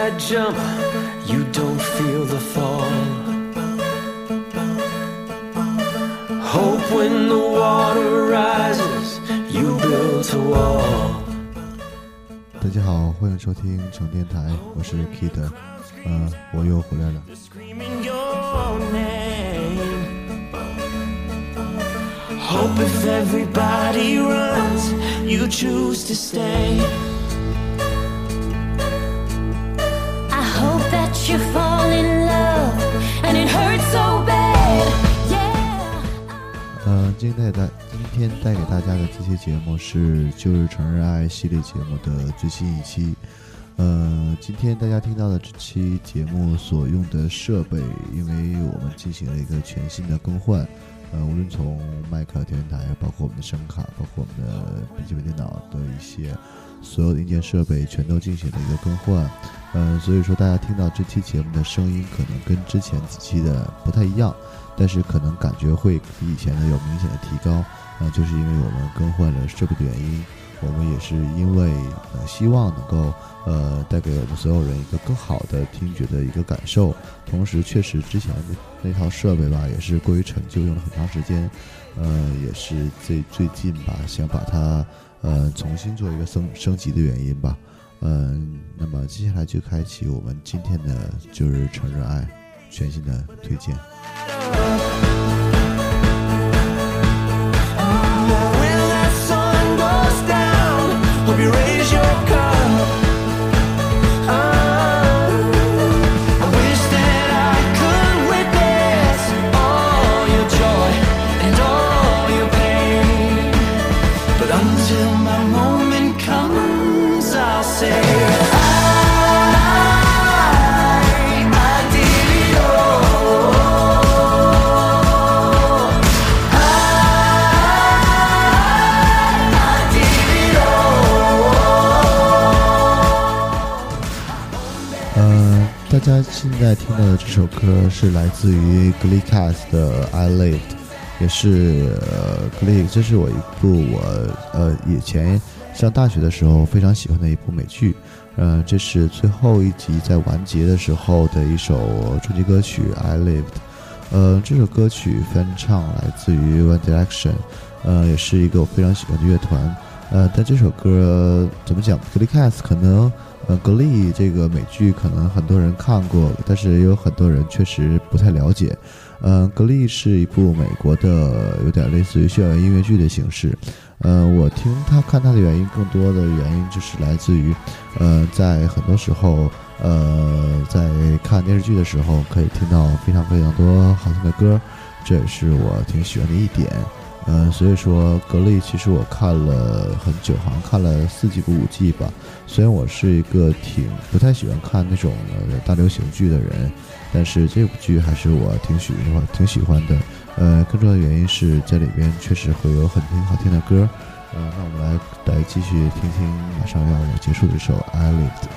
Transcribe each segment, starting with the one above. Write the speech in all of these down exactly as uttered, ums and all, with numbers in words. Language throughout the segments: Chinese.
that jump, you don't feel the fall. Hope when the water rises, you build a wall. 大家好，欢迎收听成电台，我是 Kid， 呃，我又回来了。 Hope if everybody runs, you choose to stay. I hope that you fall in love and it hurts so bad. Yeah. 呃，今天带今天带给大家的这期节目是旧日成人爱系列节目的最新一期。呃，今天大家听到的这期节目所用的设备，因为我们进行了一个全新的更换。呃，无论从麦克、调音台，包括我们的声卡，包括我们的笔记本电脑的一些所有的硬件设备，全都进行了一个更换。呃，所以说大家听到这期节目的声音可能跟之前几期的不太一样，但是可能感觉会比以前的有明显的提高。呃，就是因为我们更换了设备的原因，我们也是因为呃希望能够呃带给我们所有人一个更好的听觉的一个感受。同时确实之前的那套设备吧也是过于陈旧，用了很长时间，呃也是最最近吧想把它呃重新做一个升升级的原因吧。嗯、呃，那么接下来就开启我们今天的就是成人爱全新的推荐。 Hope you raise your cup. Oh, I wish that I could witness all your joy and all your pain. But until my moment comes, I'll say 大家现在听到的这首歌是来自于 Glee Cast 的 I Lived， 也是呃 Glee， 这是我一部我呃以前上大学的时候非常喜欢的一部美剧。呃，这是最后一集在完结的时候的一首主题歌曲 I Lived。呃，这首歌曲翻唱来自于 One Direction， 呃，也是一个我非常喜欢的乐团。呃，但这首歌怎么讲 ？Glee Cast 可能。呃，格力这个美剧可能很多人看过，但是也有很多人确实不太了解。呃，格力是一部美国的有点类似于校园音乐剧的形式。呃，我听他看他的原因，更多的原因就是来自于，呃，在很多时候，呃，在看电视剧的时候，可以听到非常非常多好听的歌，这也是我挺喜欢的一点。呃，所以说格力其实我看了很久，好像看了四季不五季吧。虽然我是一个挺不太喜欢看那种、呃、大流行剧的人，但是这部剧还是我挺喜欢挺喜欢的。呃，更重要的原因是在里边确实会有很听好听的歌。呃，那我们来来继续听听马上要结束的一首 I Lived。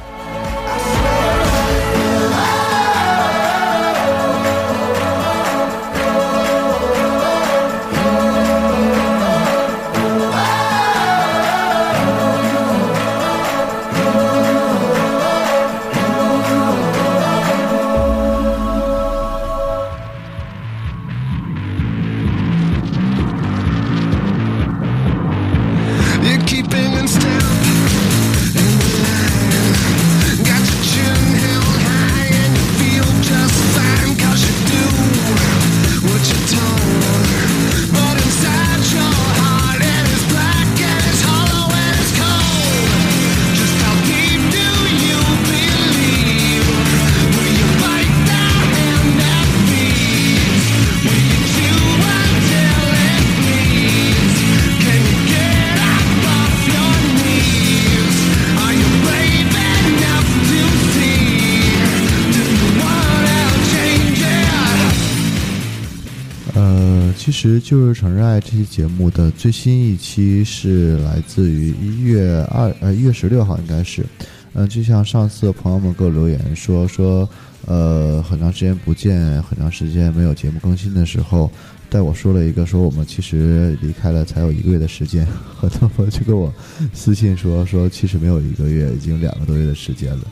其实就是成人爱这期节目的最新一期是来自于一月二呃一月十六号应该是，嗯、呃，就像上次朋友们给我留言说说，呃，很长时间不见，很长时间没有节目更新的时候，带我说了一个说我们其实离开了才有一个月的时间，很多朋友就跟我私信说说其实没有一个月，已经两个多月的时间了。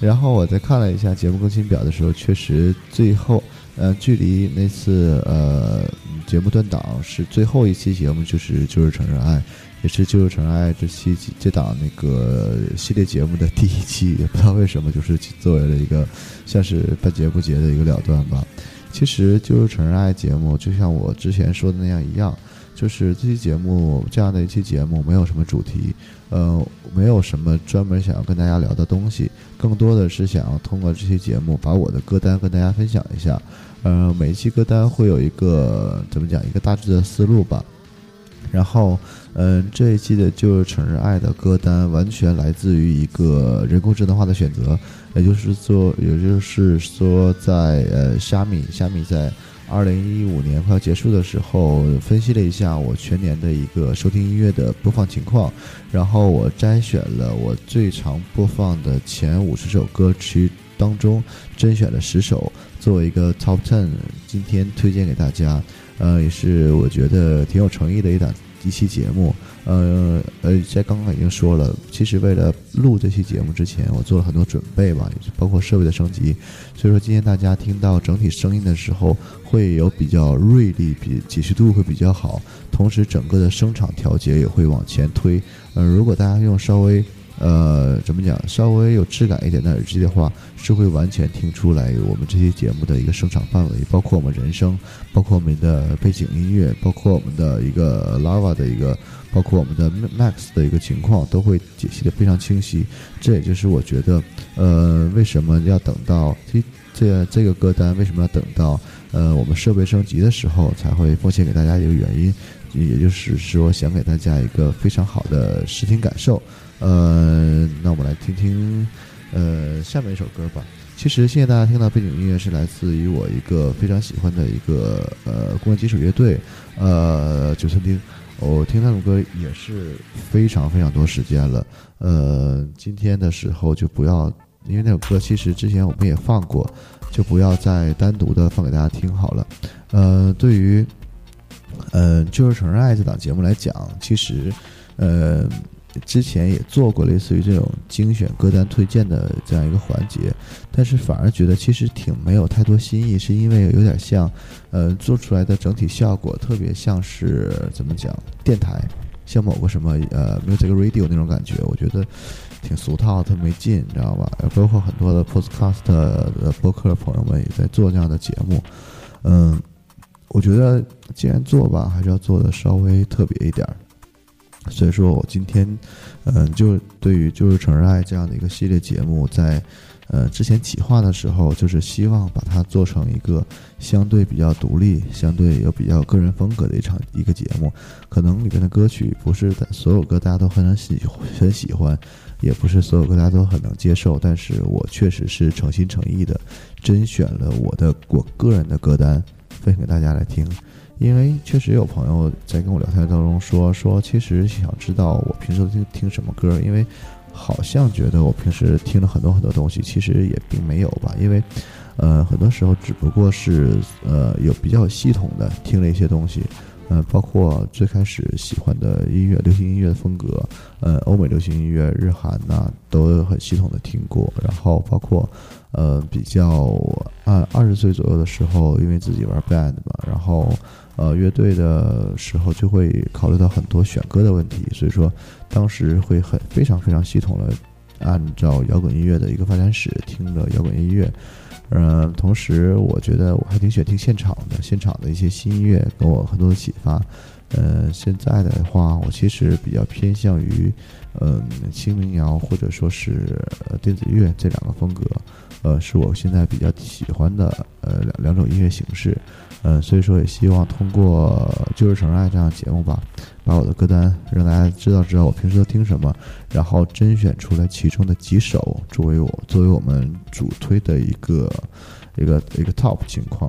然后我再看了一下节目更新表的时候，确实最后呃距离那次呃节目断档是最后一期节目，就是就是承认爱，也是就是承认爱这期这档那个系列节目的第一期，也不知道为什么就是作为了一个像是半截不截的一个了断吧。其实就是承认爱节目就像我之前说的那样一样，就是这期节目这样的一期节目没有什么主题，呃，没有什么专门想要跟大家聊的东西，更多的是想要通过这期节目把我的歌单跟大家分享一下。呃，每一期歌单会有一个怎么讲，一个大致的思路吧。然后，嗯、呃，这一期的就是承认爱的歌单完全来自于一个人工智能化的选择，也就是说，也就是说在，在呃虾米虾米在二零一五年快要结束的时候，分析了一下我全年的一个收听音乐的播放情况，然后我摘选了我最常播放的前五十首歌曲当中，甄选了十首作为一个 top ten， 今天推荐给大家。呃，也是我觉得挺有诚意的一档一期节目。呃呃，在刚刚已经说了，其实为了录这期节目之前，我做了很多准备吧，包括设备的升级。所以说，今天大家听到整体声音的时候，会有比较锐利，比解析度会比较好，同时整个的声场调节也会往前推。呃，如果大家用稍微呃，怎么讲？稍微有质感一点的耳机的话，是会完全听出来我们这期节目的一个声场范围，包括我们人声，包括我们的背景音乐，包括我们的一个 Lava 的一个，包括我们的 Max 的一个情况，都会解析的非常清晰。这也就是我觉得，呃，为什么要等到这这这个歌单为什么要等到呃我们设备升级的时候才会奉献给大家一个原因，也就是说想给大家一个非常好的视听感受。呃，那我们来听听，呃，下面一首歌吧。其实现在大家听到背景音乐是来自于我一个非常喜欢的一个呃工业基础乐队，呃，九寸钉。我听他们歌也是非常非常多时间了。呃，今天的时候就不要，因为那首歌其实之前我们也放过，就不要再单独的放给大家听好了。呃，对于，呃，就是承认爱这档节目来讲，其实，呃。之前也做过类似于这种精选歌单推荐的这样一个环节，但是反而觉得其实挺没有太多新意，是因为有点像呃做出来的整体效果特别像是怎么讲电台，像某个什么呃 music radio 那种感觉，我觉得挺俗套，特没劲，你知道吧？包括很多的 podcast 的播客朋友们也在做这样的节目。嗯，我觉得既然做吧，还是要做的稍微特别一点。所以说我今天嗯就对于就是承认爱这样的一个系列节目，在呃之前企划的时候，就是希望把它做成一个相对比较独立，相对有比较个人风格的一场一个节目。可能里边的歌曲不是所有歌大家都很喜很喜欢，也不是所有歌大家都很能接受，但是我确实是诚心诚意的甄选了我的我个人的歌单分享给大家来听。因为确实有朋友在跟我聊天当中说说，其实想知道我平时听听什么歌，因为好像觉得我平时听了很多很多东西，其实也并没有吧。因为呃很多时候只不过是呃有比较系统的听了一些东西，呃包括最开始喜欢的音乐，流行音乐的风格，呃欧美流行音乐、日韩呐、啊、都很系统的听过。然后包括呃比较按二十岁左右的时候，因为自己玩 band 嘛，然后呃乐队的时候就会考虑到很多选歌的问题，所以说当时会很非常非常系统的按照摇滚音乐的一个发展史听着摇滚音乐。呃同时我觉得我还挺喜欢听现场的现场的一些新音乐，给我很多的启发。呃现在的话我其实比较偏向于嗯轻民谣或者说是电子乐这两个风格，呃是我现在比较喜欢的呃两两种音乐形式。呃所以说也希望通过就是承认爱这样的节目吧，把我的歌单让大家知道知道我平时都听什么，然后甄选出来其中的几首作为我作为我们主推的一个一个一个 top 情况。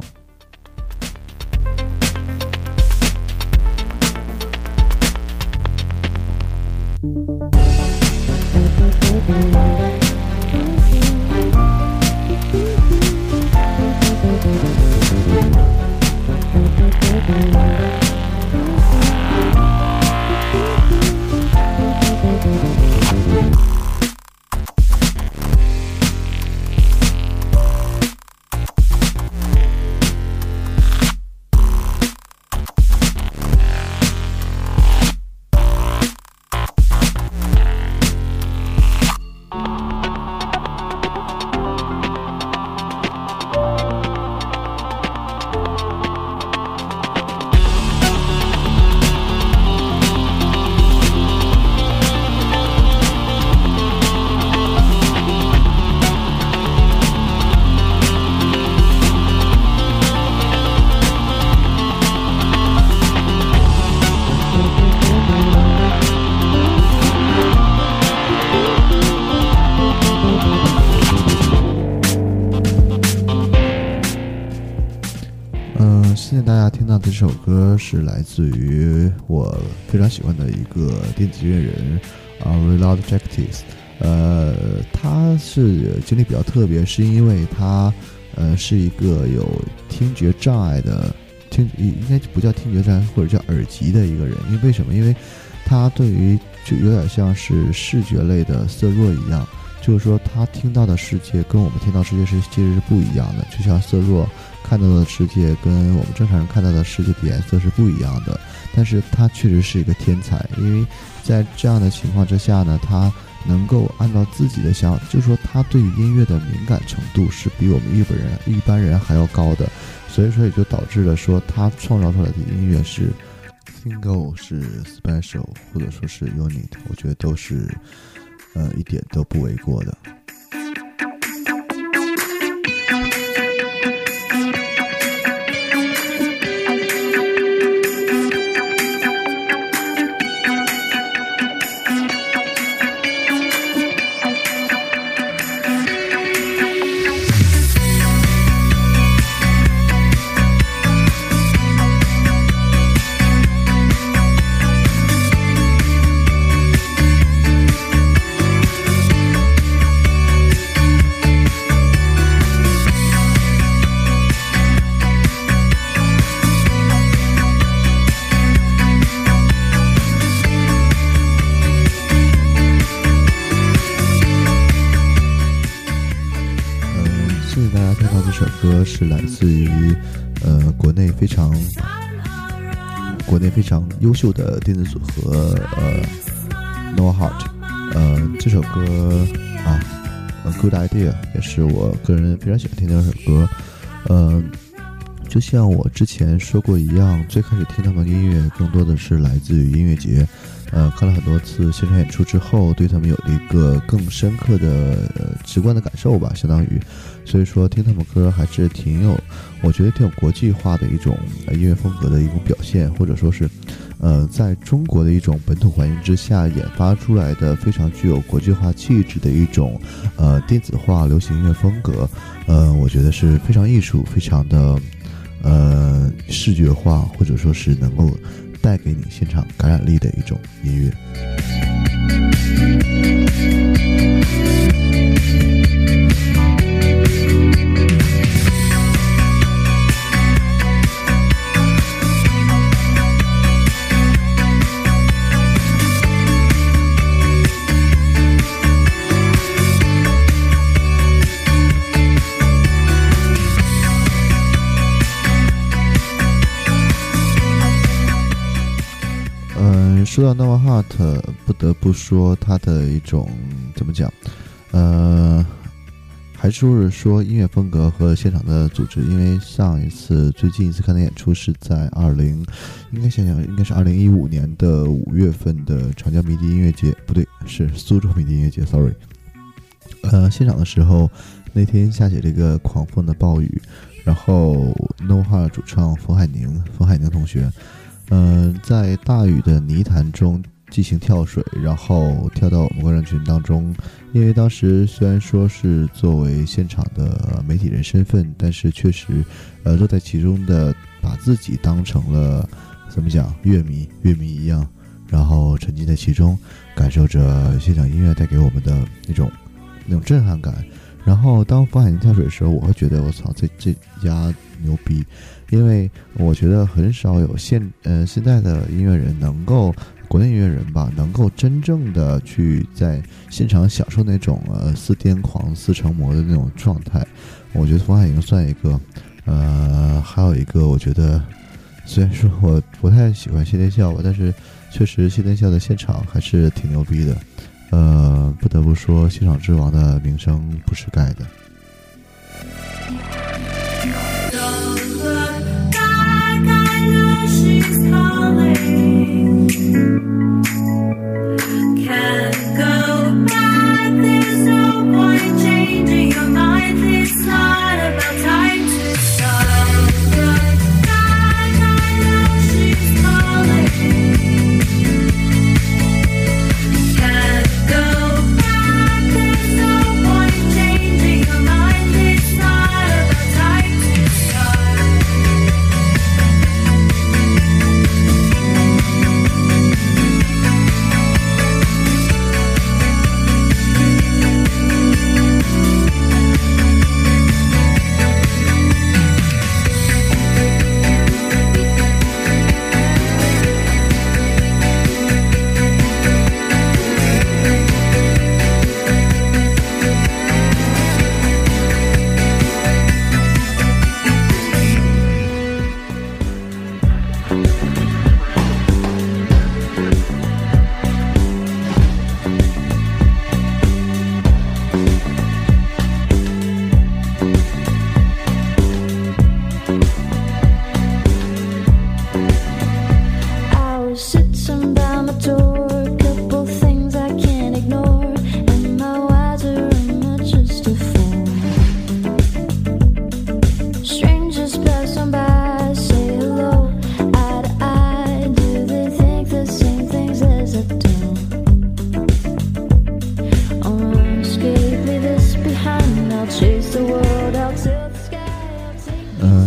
嗯、呃，现在大家听到的这首歌是来自于我非常喜欢的一个电子乐人啊 Reload Jacketis。呃，他是经历比较特别，是因为他呃是一个有听觉障碍的，听应该不叫听觉障碍，或者叫耳疾的一个人。因为为什么？因为他对于就有点像是视觉类的色弱一样，就是说他听到的世界跟我们听到世界是其实是不一样的，就像色弱看到的世界跟我们正常人看到的世界的颜色是不一样的。但是他确实是一个天才，因为在这样的情况之下呢，他能够按照自己的想法，就是说他对于音乐的敏感程度是比我们一般人一般人还要高的，所以说也就导致了说他创造出来的音乐是 single 是 special 或者说是 unit， 我觉得都是呃一点都不为过的。歌是来自于呃国内非常国内非常优秀的电子组合呃 No Heart， 呃这首歌啊、呃、Good Idea 也是我个人非常喜欢听的一首歌。呃就像我之前说过一样，最开始听他们音乐更多的是来自于音乐节，呃，看了很多次现场演出之后，对他们有了一个更深刻的、呃、直观的感受吧，相当于，所以说听他们歌还是挺有，我觉得挺有国际化的一种、呃、音乐风格的一种表现，或者说是，呃，在中国的一种本土环境之下研发出来的非常具有国际化气质的一种呃电子化流行音乐风格，呃，我觉得是非常艺术，非常的。呃，视觉化或者说是能够带给你现场感染力的一种音乐。说到 No Heart， 不得不说它的一种怎么讲，呃，还是说音乐风格和现场的组织。因为上一次最近一次看的演出是在二零，应该想想应该是二零一五年的五月份的长江迷笛音乐节，不对，是苏州迷笛音乐节 ，sorry。呃，现场的时候那天下起这个狂风的暴雨，然后 No Heart 主唱冯海宁，冯海宁同学。嗯、呃，在大雨的泥潭中进行跳水，然后跳到我们观众群当中。因为当时虽然说是作为现场的媒体人身份，但是确实，呃，乐在其中的把自己当成了怎么讲乐迷，乐迷一样，然后沉浸在其中，感受着现场音乐带给我们的那种那种震撼感。然后当冯海宁跳水的时候，我会觉得我操，这这家牛逼，因为我觉得很少有现呃现在的音乐人能够，国内音乐人吧，能够真正的去在现场享受那种呃似癫狂似成魔的那种状态。我觉得冯海宁算一个，呃，还有一个我觉得，虽然说我不太喜欢谢天笑吧，但是确实谢天笑的现场还是挺牛逼的。呃，不得不说，现场之王的名声不是盖的。 Can't go back, there's no point changing your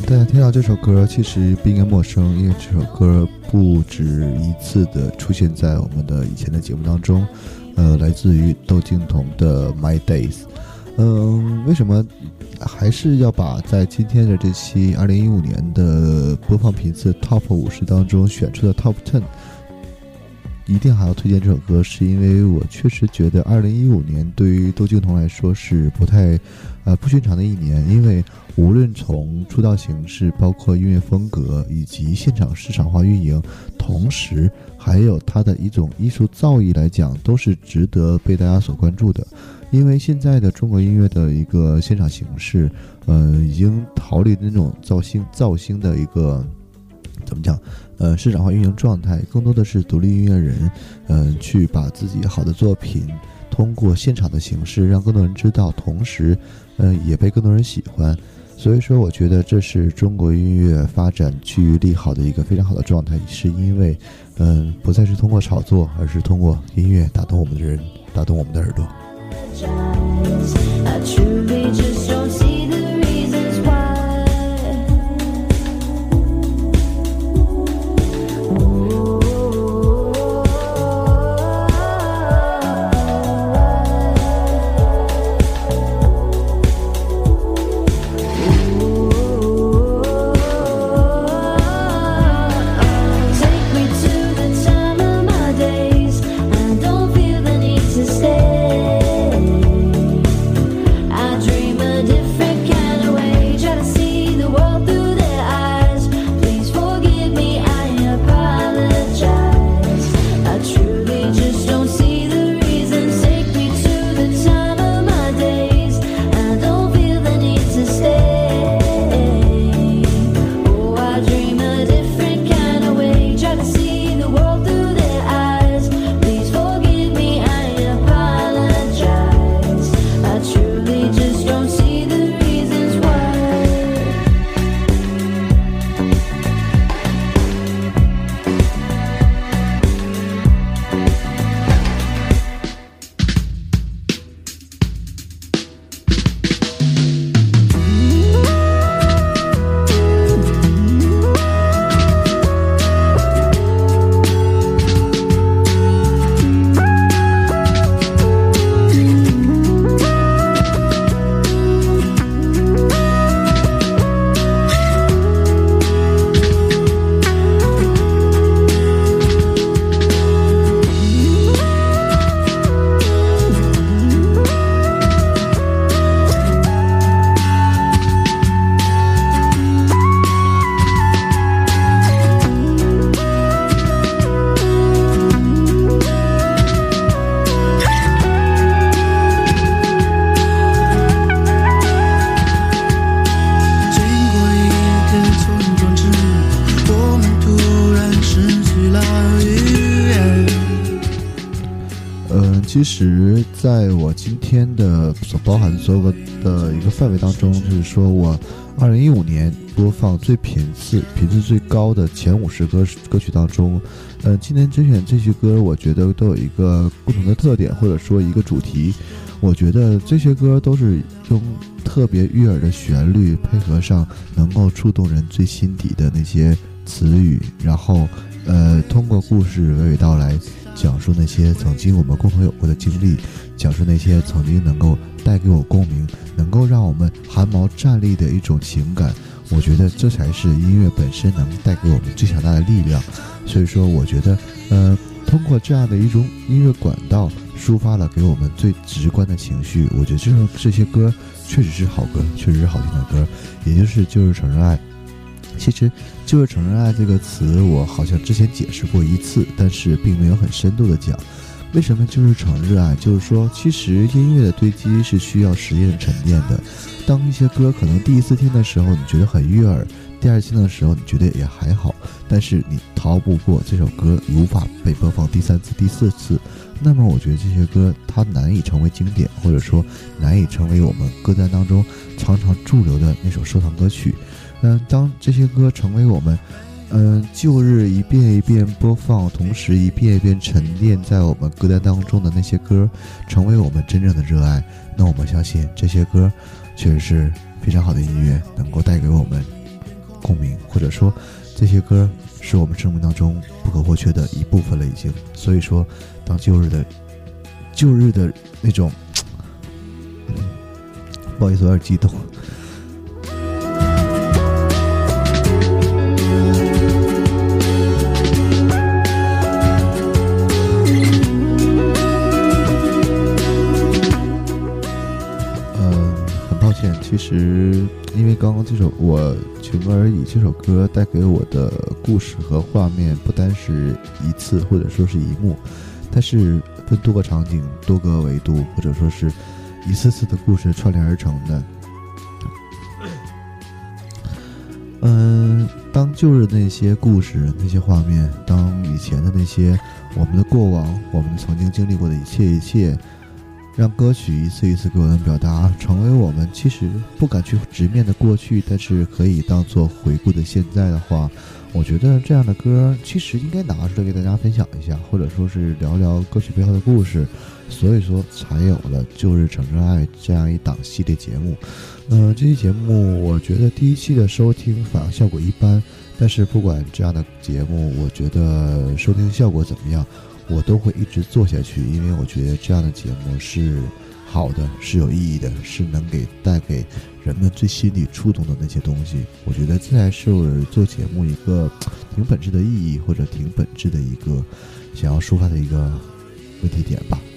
大家听到这首歌其实不应该陌生，因为这首歌不止一次的出现在我们的以前的节目当中，呃，来自于窦靖童的 My Days。嗯，为什么还是要把在今天的这期二零一五年的播放频次 Top 五十当中选出的 Top 十，一定还要推荐这首歌，是因为我确实觉得二零一五年对于窦靖童来说是不太呃不寻常的一年，因为无论从出道形式，包括音乐风格以及现场市场化运营，同时还有他的一种艺术造诣来讲，都是值得被大家所关注的。因为现在的中国音乐的一个现场形式，呃，已经逃离那种造星造星的一个怎么讲，呃，市场化运营状态，更多的是独立音乐人，嗯、呃，去把自己好的作品通过现场的形式让更多人知道，同时，呃，也被更多人喜欢。所以说，我觉得这是中国音乐发展趋于利好的一个非常好的状态，是因为，嗯、呃，不再是通过炒作，而是通过音乐打动我们的人，打动我们的耳朵。 I truly just don't see the reasons why. Take me to the time of my days. I don't feel the need to stay. I dream a different kind of way, try to see the world through their eyes. Please forgive me, I apologize. I truly just don't see the reasons. Take me to the time of my days. I don't feel the need to stay. Oh, I dream a different kind of way, try to see the world through their eyes. Please forgive me, I apologize. I truly just don't see the reasons why. 其实在我今天的所包含所有的一个范围当中，就是说我二零一五年播放最频次频次最高的前五十歌歌曲当中，呃，今年甄选这些歌，我觉得都有一个共同的特点，或者说一个主题。我觉得这些歌都是用特别悦耳的旋律，配合上能够触动人最心底的那些词语，然后呃，通过故事娓娓道来，讲述那些曾经我们共同有过的经历，讲述那些曾经能够带给我共鸣，能够让我们汗毛站立的一种情感。我觉得这才是音乐本身能带给我们最强大的力量。所以说我觉得呃，通过这样的一种音乐管道抒发了给我们最直观的情绪。我觉得这首这些歌确实是好歌，确实是好听的歌，也就是就是承认爱。其实就是承认爱这个词，我好像之前解释过一次，但是并没有很深度的讲为什么就是承认爱。就是说其实音乐的堆积是需要时间的沉淀的，当一些歌可能第一次听的时候你觉得很悦耳，第二次听的时候你觉得也还好，但是你逃不过这首歌无法被播放第三次第四次，那么我觉得这些歌它难以成为经典，或者说难以成为我们歌单当中常常驻留的那首收藏歌曲。嗯，当这些歌成为我们嗯旧日一遍一遍播放，同时一遍一遍沉淀在我们歌单当中的那些歌，成为我们真正的热爱，那我们相信这些歌确实是非常好的音乐，能够带给我们共鸣，或者说这些歌是我们生命当中不可或缺的一部分了已经。所以说当旧日的旧日的那种、嗯、不好意思，我有点激动。其实因为刚刚这首我情而已这首歌带给我的故事和画面不单是一次或者说是一幕，它是分多个场景多个维度，或者说是一次次的故事串联而成的。嗯，当旧日的那些故事那些画面，当以前的那些我们的过往，我们曾经经历过的一切一切，让歌曲一次一次给我们表达，成为我们其实不敢去直面的过去，但是可以当做回顾的现在的话，我觉得这样的歌其实应该拿出来给大家分享一下，或者说是聊聊歌曲背后的故事。所以说才有了旧日城市爱这样一档系列节目。呃，这期节目我觉得第一期的收听反而效果一般，但是不管这样的节目我觉得收听效果怎么样，我都会一直做下去，因为我觉得这样的节目是好的，是有意义的，是能给带给人们最心里触动的那些东西。我觉得这才是做节目一个挺本质的意义，或者挺本质的一个想要抒发的一个问题点吧。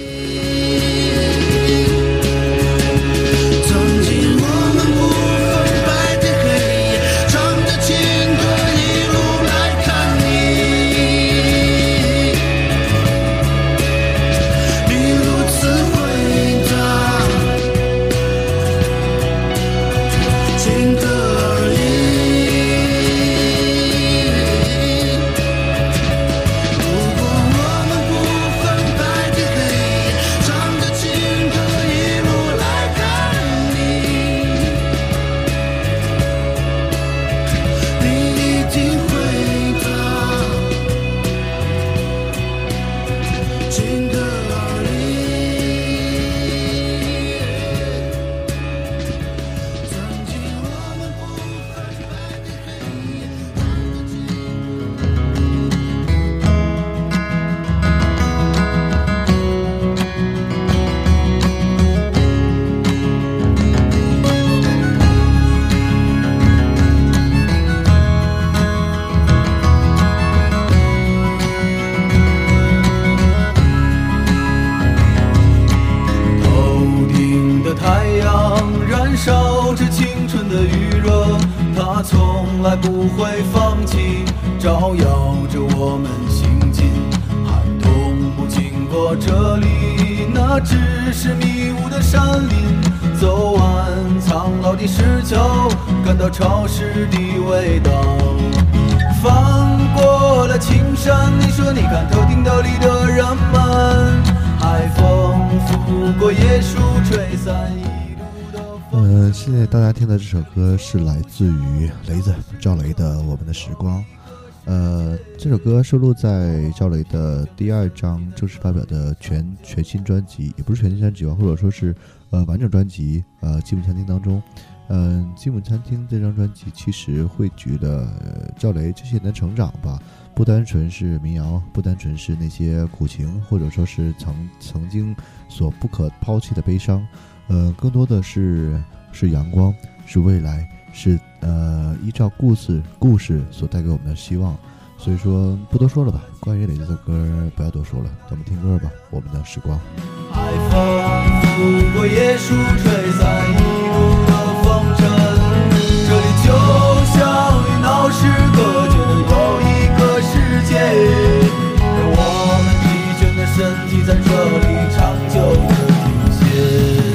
从来不会放弃，照耀着我们行进。寒冬不经过这里，那只是迷雾的山林。走完苍老的石桥，感到潮湿的味道。翻过了青山，你说你看头顶斗笠的人们，海风拂过椰树，吹散一呃，现在大家听的这首歌是来自于雷子赵雷的《我们的时光》。呃，这首歌收录在赵雷的第二张正式发表的全全新专辑，也不是全新专辑吧，或者说是呃完整专辑呃《吉姆餐厅》当中。嗯、呃，《吉姆餐厅》这张专辑其实汇聚了、呃、赵雷这些年的成长吧，不单纯是民谣，不单纯是那些苦情，或者说是曾曾经所不可抛弃的悲伤。呃，更多的是是阳光，是未来，是呃依照故事故事所带给我们的希望。所以说不多说了吧，关于雷子的歌不要多说了，咱们听歌吧。我们的时光。 海风拂过椰树，吹散一路的风尘。这里就像与闹市隔绝的又一个世界，让我们疲倦的身体在这里长久的停歇。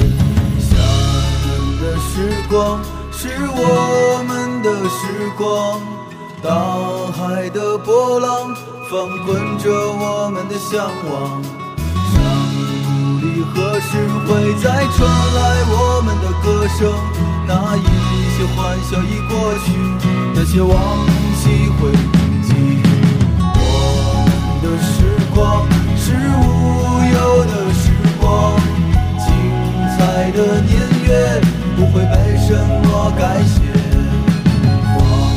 时光是我们的时光，大海的波浪翻滚着我们的向往。山谷里何时会再传来我们的歌声？那一些欢笑已过去，那些往昔会铭记。我们的时光是无忧的时光，精彩的年月不会被什么改写，往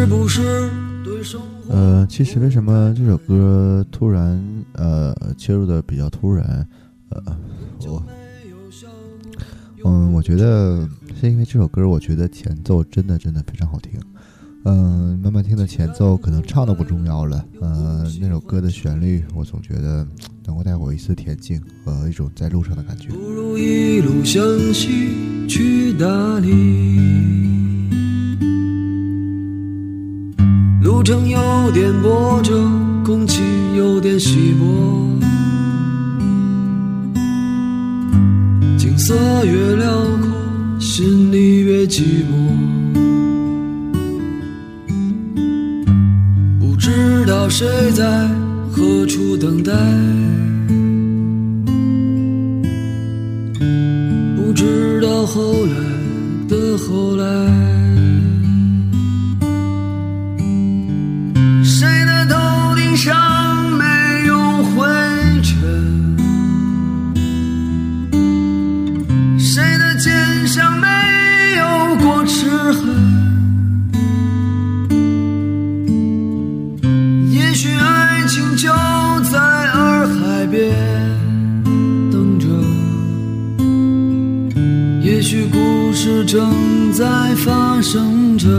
不是对生活呃，其实为什么这首歌突然呃切入的比较突然？呃，我嗯，我觉得是因为这首歌，我觉得前奏真的真的非常好听。嗯，慢慢听的前奏可能唱都不重要了。呃，那首歌的旋律，我总觉得能够带我一丝恬静和一种在路上的感觉。 不如一路向西去大理，路程有点波折，空气有点稀薄，景色越辽阔，心里越寂寞。不知道谁在何处等待，不知道后来的后来，谁的头顶上没有灰尘，谁的肩上没有过齿痕。也许爱情就在洱海边等着，也许故事正在发生着。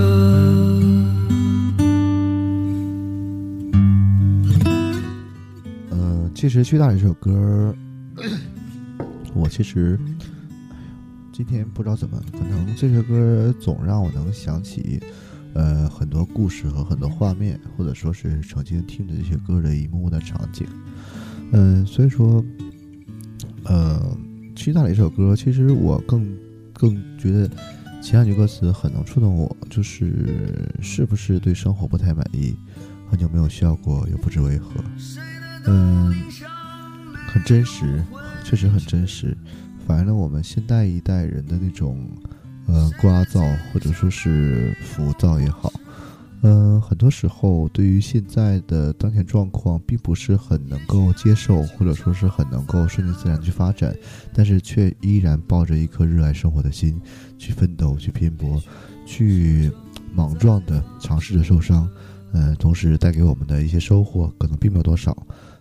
呃，其实去大理这首歌，我其实今天不知道怎么，可能这首歌总让我能想起呃很多故事和很多画面，或者说是曾经听着这些歌的一幕幕的场景。嗯、呃，所以说，呃，去大理这首歌，其实我更更觉得前两句歌词很能触动我，就是是不是对生活不太满意，很久没有笑过，又不知为何。嗯，很真实，确实很真实，反映了我们现代一代人的那种呃聒噪或者说是浮躁也好。嗯，很多时候对于现在的当前状况并不是很能够接受，或者说是很能够顺其自然去发展，但是却依然抱着一颗热爱生活的心去奋斗，去拼搏，去莽撞的尝试着受伤。嗯，同时带给我们的一些收获可能并没有多少。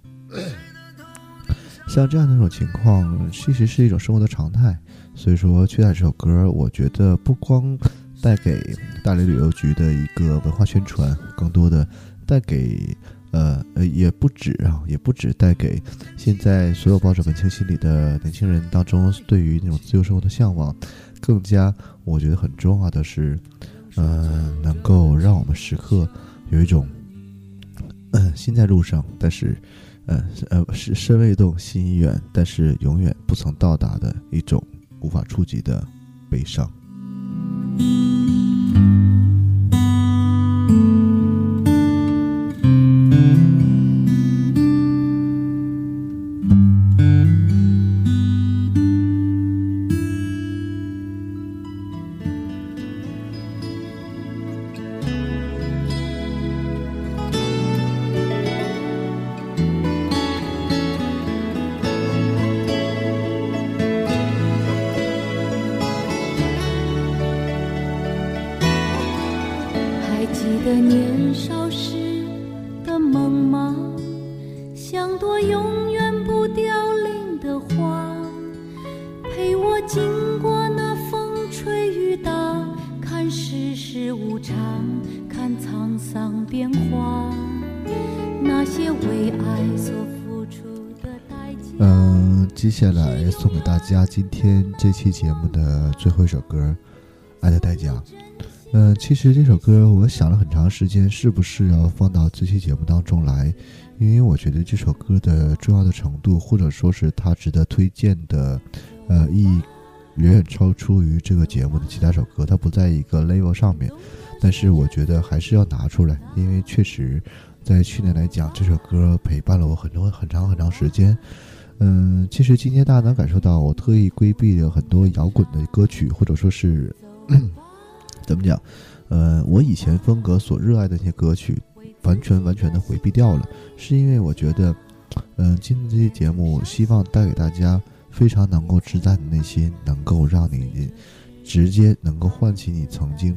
像这样的一种情况其实是一种生活的常态，所以说去大理这首歌，我觉得不光带给大理旅游局的一个文化宣传，更多的带给呃呃也不止啊，也不止带给现在所有抱着文青心理的年轻人当中对于那种自由生活的向往，更加我觉得很重要的是，呃，能够让我们时刻有一种，呃，心在路上，但是，呃呃是身未动心已远，但是永远不曾到达的一种无法触及的悲伤。 年少时的梦吗？像朵永远不凋零的花，陪我经过那风吹雨打，看世事无常，看沧桑变化，那些为爱所付出的代价。 嗯、呃，接下来送给大家今天这期节目的最后一首歌《爱的代价》。嗯、呃，其实这首歌我想了很长时间，是不是要放到这期节目当中来？因为我觉得这首歌的重要的程度，或者说是它值得推荐的，呃，意义远远超出于这个节目的其他首歌，它不在一个 level 上面。但是我觉得还是要拿出来，因为确实，在去年来讲，这首歌陪伴了我很多很长很长时间。嗯，其实今天大家能感受到，我特意规避了很多摇滚的歌曲，或者说是。怎么讲？呃，我以前风格所热爱的那些歌曲，完全完全的回避掉了，是因为我觉得，嗯、呃，今天这期节目希望带给大家非常能够直达你内心，能够让你直接能够唤起你曾经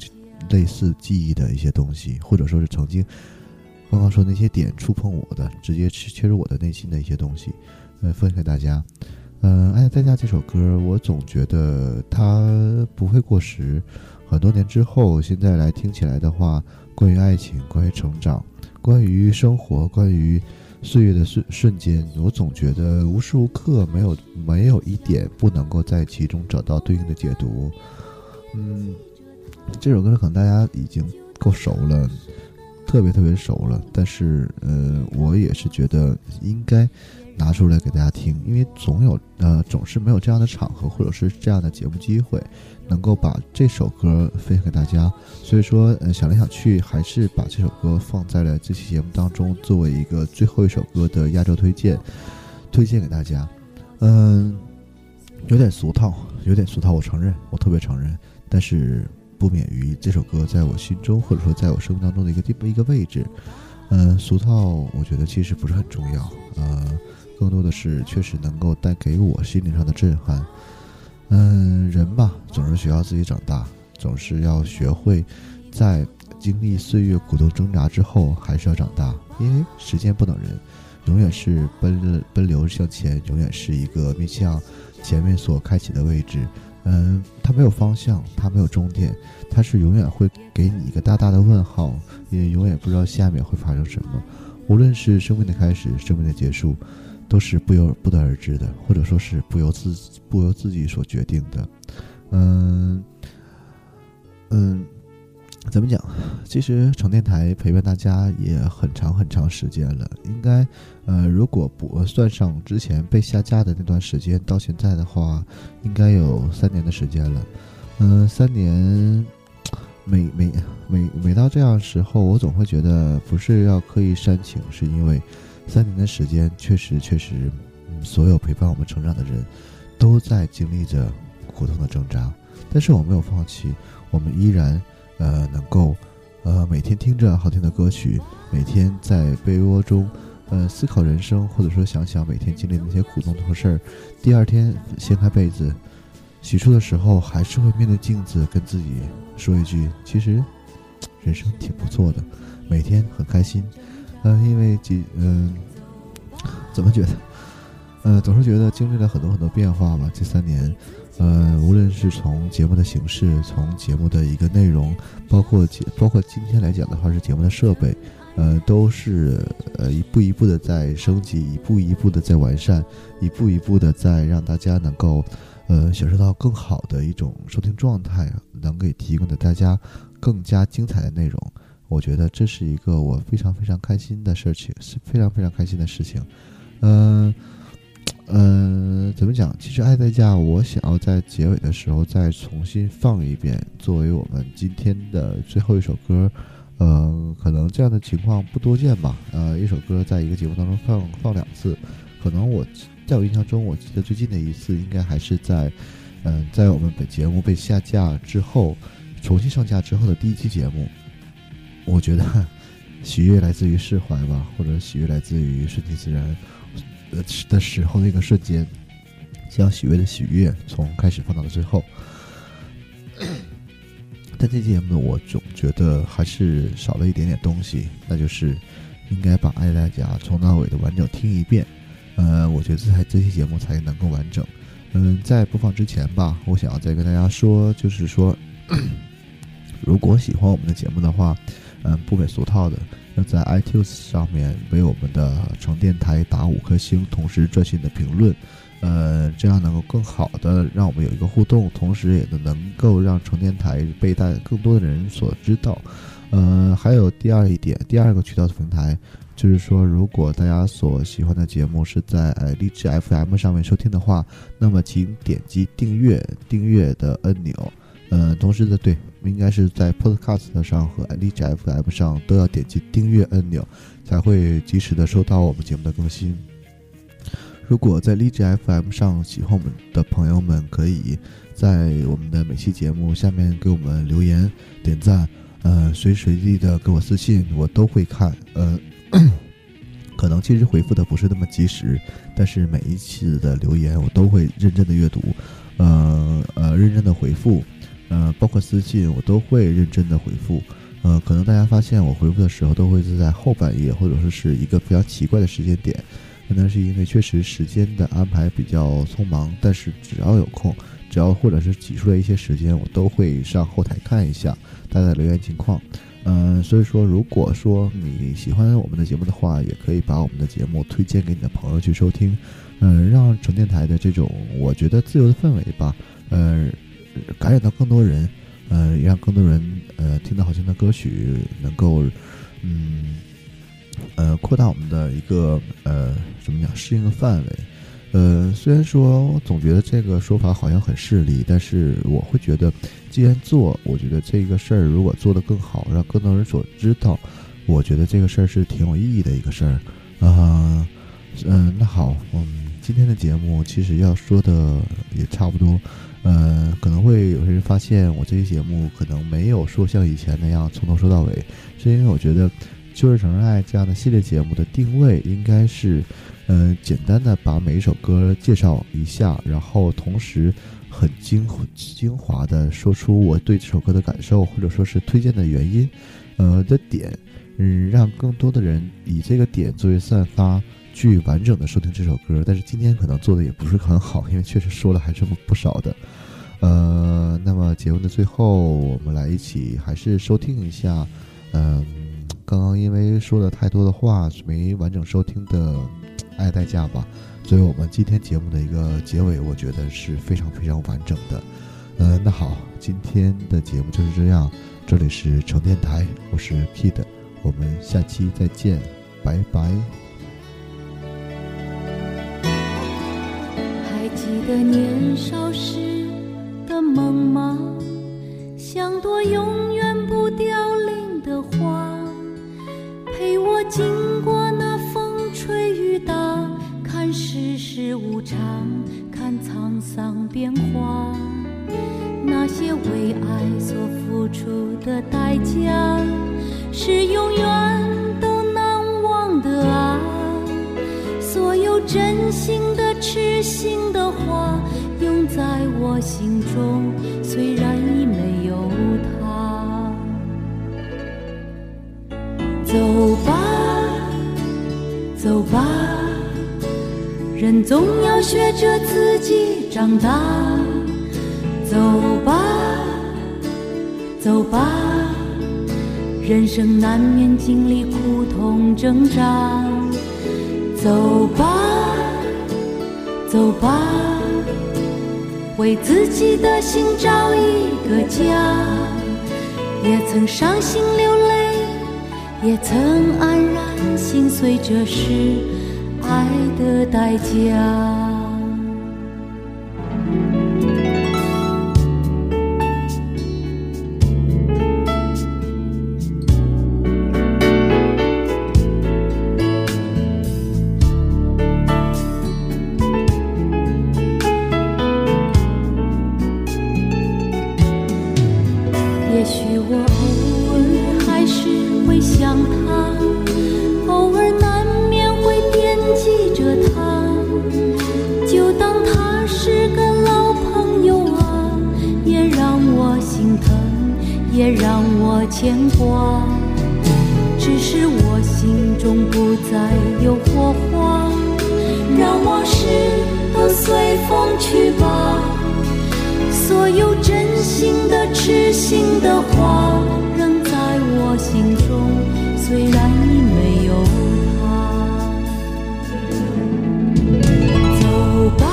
类似记忆的一些东西，或者说是曾经刚刚说那些点触碰我的，直接切入我的内心的一些东西，呃，分享给大家。嗯、呃，《爱在家》这首歌，我总觉得它不会过时。很多年之后，现在来听起来的话，关于爱情，关于成长，关于生活，关于岁月的瞬瞬间，我总觉得无时无刻没有没有一点不能够在其中找到对应的解读。嗯，这首歌可能大家已经够熟了，特别特别熟了，但是呃，我也是觉得应该拿出来给大家听，因为总有呃总是没有这样的场合或者是这样的节目机会，能够把这首歌分享给大家。所以说，呃，想来想去，还是把这首歌放在了这期节目当中，作为一个最后一首歌的压轴推荐，推荐给大家。嗯，有点俗套，有点俗套，我承认，我特别承认，但是不免于这首歌在我心中，或者说在我生命当中的一个地一个位置。嗯，俗套，我觉得其实不是很重要，呃，更多的是确实能够带给我心灵上的震撼。嗯，人吧，总是需要自己长大，总是要学会在经历岁月苦痛挣扎之后，还是要长大，因为时间不等人，永远是奔奔流向前，永远是一个面向前面所开启的位置。嗯，它没有方向，它没有终点，它是永远会给你一个大大的问号，也永远不知道下面会发生什么。无论是生命的开始，生命的结束，都是不由不得而知的，或者说是不由自不由自己所决定的。嗯嗯，怎么讲？其实成电台陪伴大家也很长很长时间了，应该呃，如果不算上之前被下架的那段时间，到现在的话，应该有三年的时间了。嗯、呃，三年，每每每每到这样时候，我总会觉得不是要刻意煽情，是因为三年的时间确实确实，嗯，所有陪伴我们成长的人，都在经历着苦痛的挣扎，但是我没有放弃，我们依然呃能够呃每天听着好听的歌曲，每天在被窝中呃思考人生，或者说想想每天经历的那些苦痛的事儿，第二天掀开被子洗漱的时候，还是会面对镜子跟自己说一句，其实人生挺不错的，每天很开心。呃因为几嗯、呃、怎么觉得呃总是觉得经历了很多很多变化吧，这三年呃，无论是从节目的形式，从节目的一个内容，包括节，包括今天来讲的话是节目的设备，呃，都是呃一步一步的在升级，一步一步的在完善，一步一步的在让大家能够呃享受到更好的一种收听状态，能给提供给大家更加精彩的内容。我觉得这是一个我非常非常开心的事情，是非常非常开心的事情。嗯、呃。呃，怎么讲？其实《爱在家》，我想要在结尾的时候再重新放一遍，作为我们今天的最后一首歌。呃，可能这样的情况不多见吧。呃，一首歌在一个节目当中放放两次，可能我在我印象中，我记得最近的一次应该还是在，嗯、呃，在我们本节目被下架之后，重新上架之后的第一期节目。我觉得喜悦来自于释怀吧，或者喜悦来自于顺其自然。的时候的一个瞬间，将喜悦的喜悦从开始放到了最后。但这期节目我总觉得还是少了一点点东西，那就是应该把爱大家从到尾的完整听一遍。呃，我觉得这才这期节目才能够完整。嗯，在播放之前吧，我想要再跟大家说，就是说，如果喜欢我们的节目的话，嗯，不美俗套的，要在 iTunes 上面为我们的成电台打五颗星，同时专心的评论，呃，这样能够更好的让我们有一个互动，同时也能够让成电台被大更多的人所知道。呃，还有第二一点，第二个渠道的平台，就是说，如果大家所喜欢的节目是在呃荔枝 F M 上面收听的话，那么请点击订阅订阅的按钮。呃，同时的对，应该是在 Podcast 上和荔枝 F M 上都要点击订阅按钮，才会及时的收到我们节目的更新。如果在荔枝 F M 上喜欢我们的朋友们，可以在我们的每期节目下面给我们留言、点赞，呃，随时随地的给我私信，我都会看。呃，可能其实回复的不是那么及时，但是每一次的留言我都会认真的阅读，呃呃，认真的回复。 呃，包括私信，我都会认真的回复。呃，可能大家发现我回复的时候都会是在后半夜，或者说是一个非常奇怪的时间点，可能是因为确实时间的安排比较匆忙，但是只要有空，只要或者是挤出来一些时间，我都会上后台看一下大家的留言情况。嗯、呃，所以说，如果说你喜欢我们的节目的话，也可以把我们的节目推荐给你的朋友去收听，嗯、呃，让成电台的这种我觉得自由的氛围吧，呃，感染到更多人，呃，让更多人呃听到好听的歌曲，能够嗯呃扩大我们的一个呃怎么讲适应的范围。呃，虽然说我总觉得这个说法好像很势利，但是我会觉得，既然做，我觉得这个事儿如果做得更好，让更多人所知道，我觉得这个事儿是挺有意义的一个事儿。啊、呃，嗯、呃，那好，嗯，今天的节目其实要说的也差不多。呃，可能会有些人发现我这期节目可能没有说像以前那样从头说到尾，是因为我觉得《旧日承认爱》这样的系列节目的定位应该是。呃，简单的把每一首歌介绍一下，然后同时很精精华的说出我对这首歌的感受，或者说是推荐的原因，呃的点，嗯，让更多的人以这个点作为散发，去完整的收听这首歌。但是今天可能做的也不是很好，因为确实说了还是不少的。呃，那么节目的最后，我们来一起还是收听一下，嗯、呃，刚刚因为说了太多的话，没完整收听的。爱代价吧，所以我们今天节目的一个结尾，我觉得是非常非常完整的。呃，那好，今天的节目就是这样，这里是成电台，我是 Kid， 我们下期再见，拜拜。 还记得年少时的梦吗？像朵永远不凋零的花，陪我经过那风吹雨打，看世事无常，看沧桑变化。那些为爱所付出的代价，是永远都难忘的啊！所有真心的痴心的话，永在我心中，虽然已没有他。走吧，走吧，人总要学着自己长大。走吧，走吧，人生难免经历苦痛挣扎。走吧，走吧，为自己的心找一个家。也曾伤心流泪，也曾安然心碎，这是爱的代价。也许我偶尔还是会想他，偶尔难免会惦记着他，就当他是个老朋友啊，也让我心疼，也让我牵挂。只是我心中不再有火花，让往事都随风去吧。所有真心的痴心的话，仍在我心中，虽然已没有他。走吧，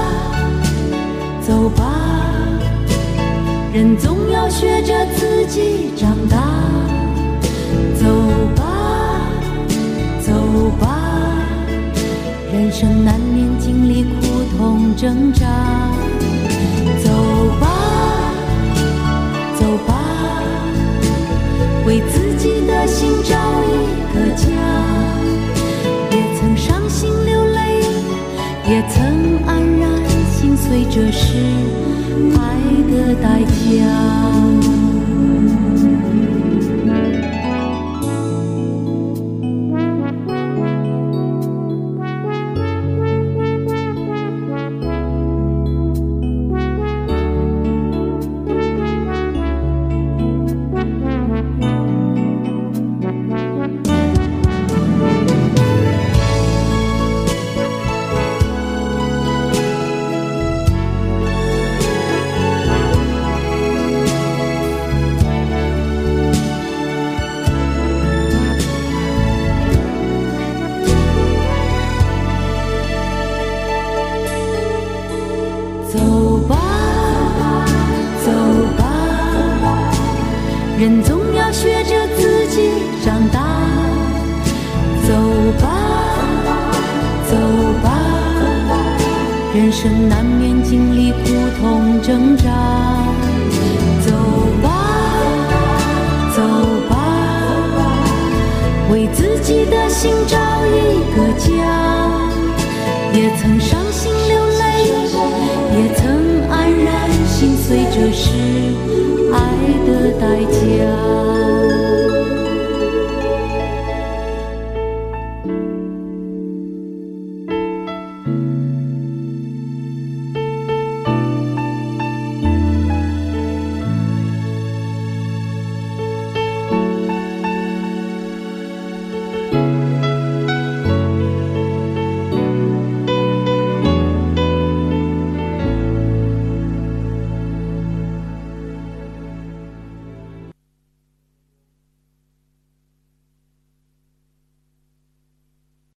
走吧，人总要学着自己长大。走吧，走吧，人生难免经历苦痛挣扎。走吧，走吧，为自己的心找一个家。也曾伤心流泪，也曾安然心碎，这是爱的代价。 走吧，人总要学着自己长大。走吧，走吧，人生难免经历苦痛挣扎。走吧，走吧，为自己的心找一个家。也曾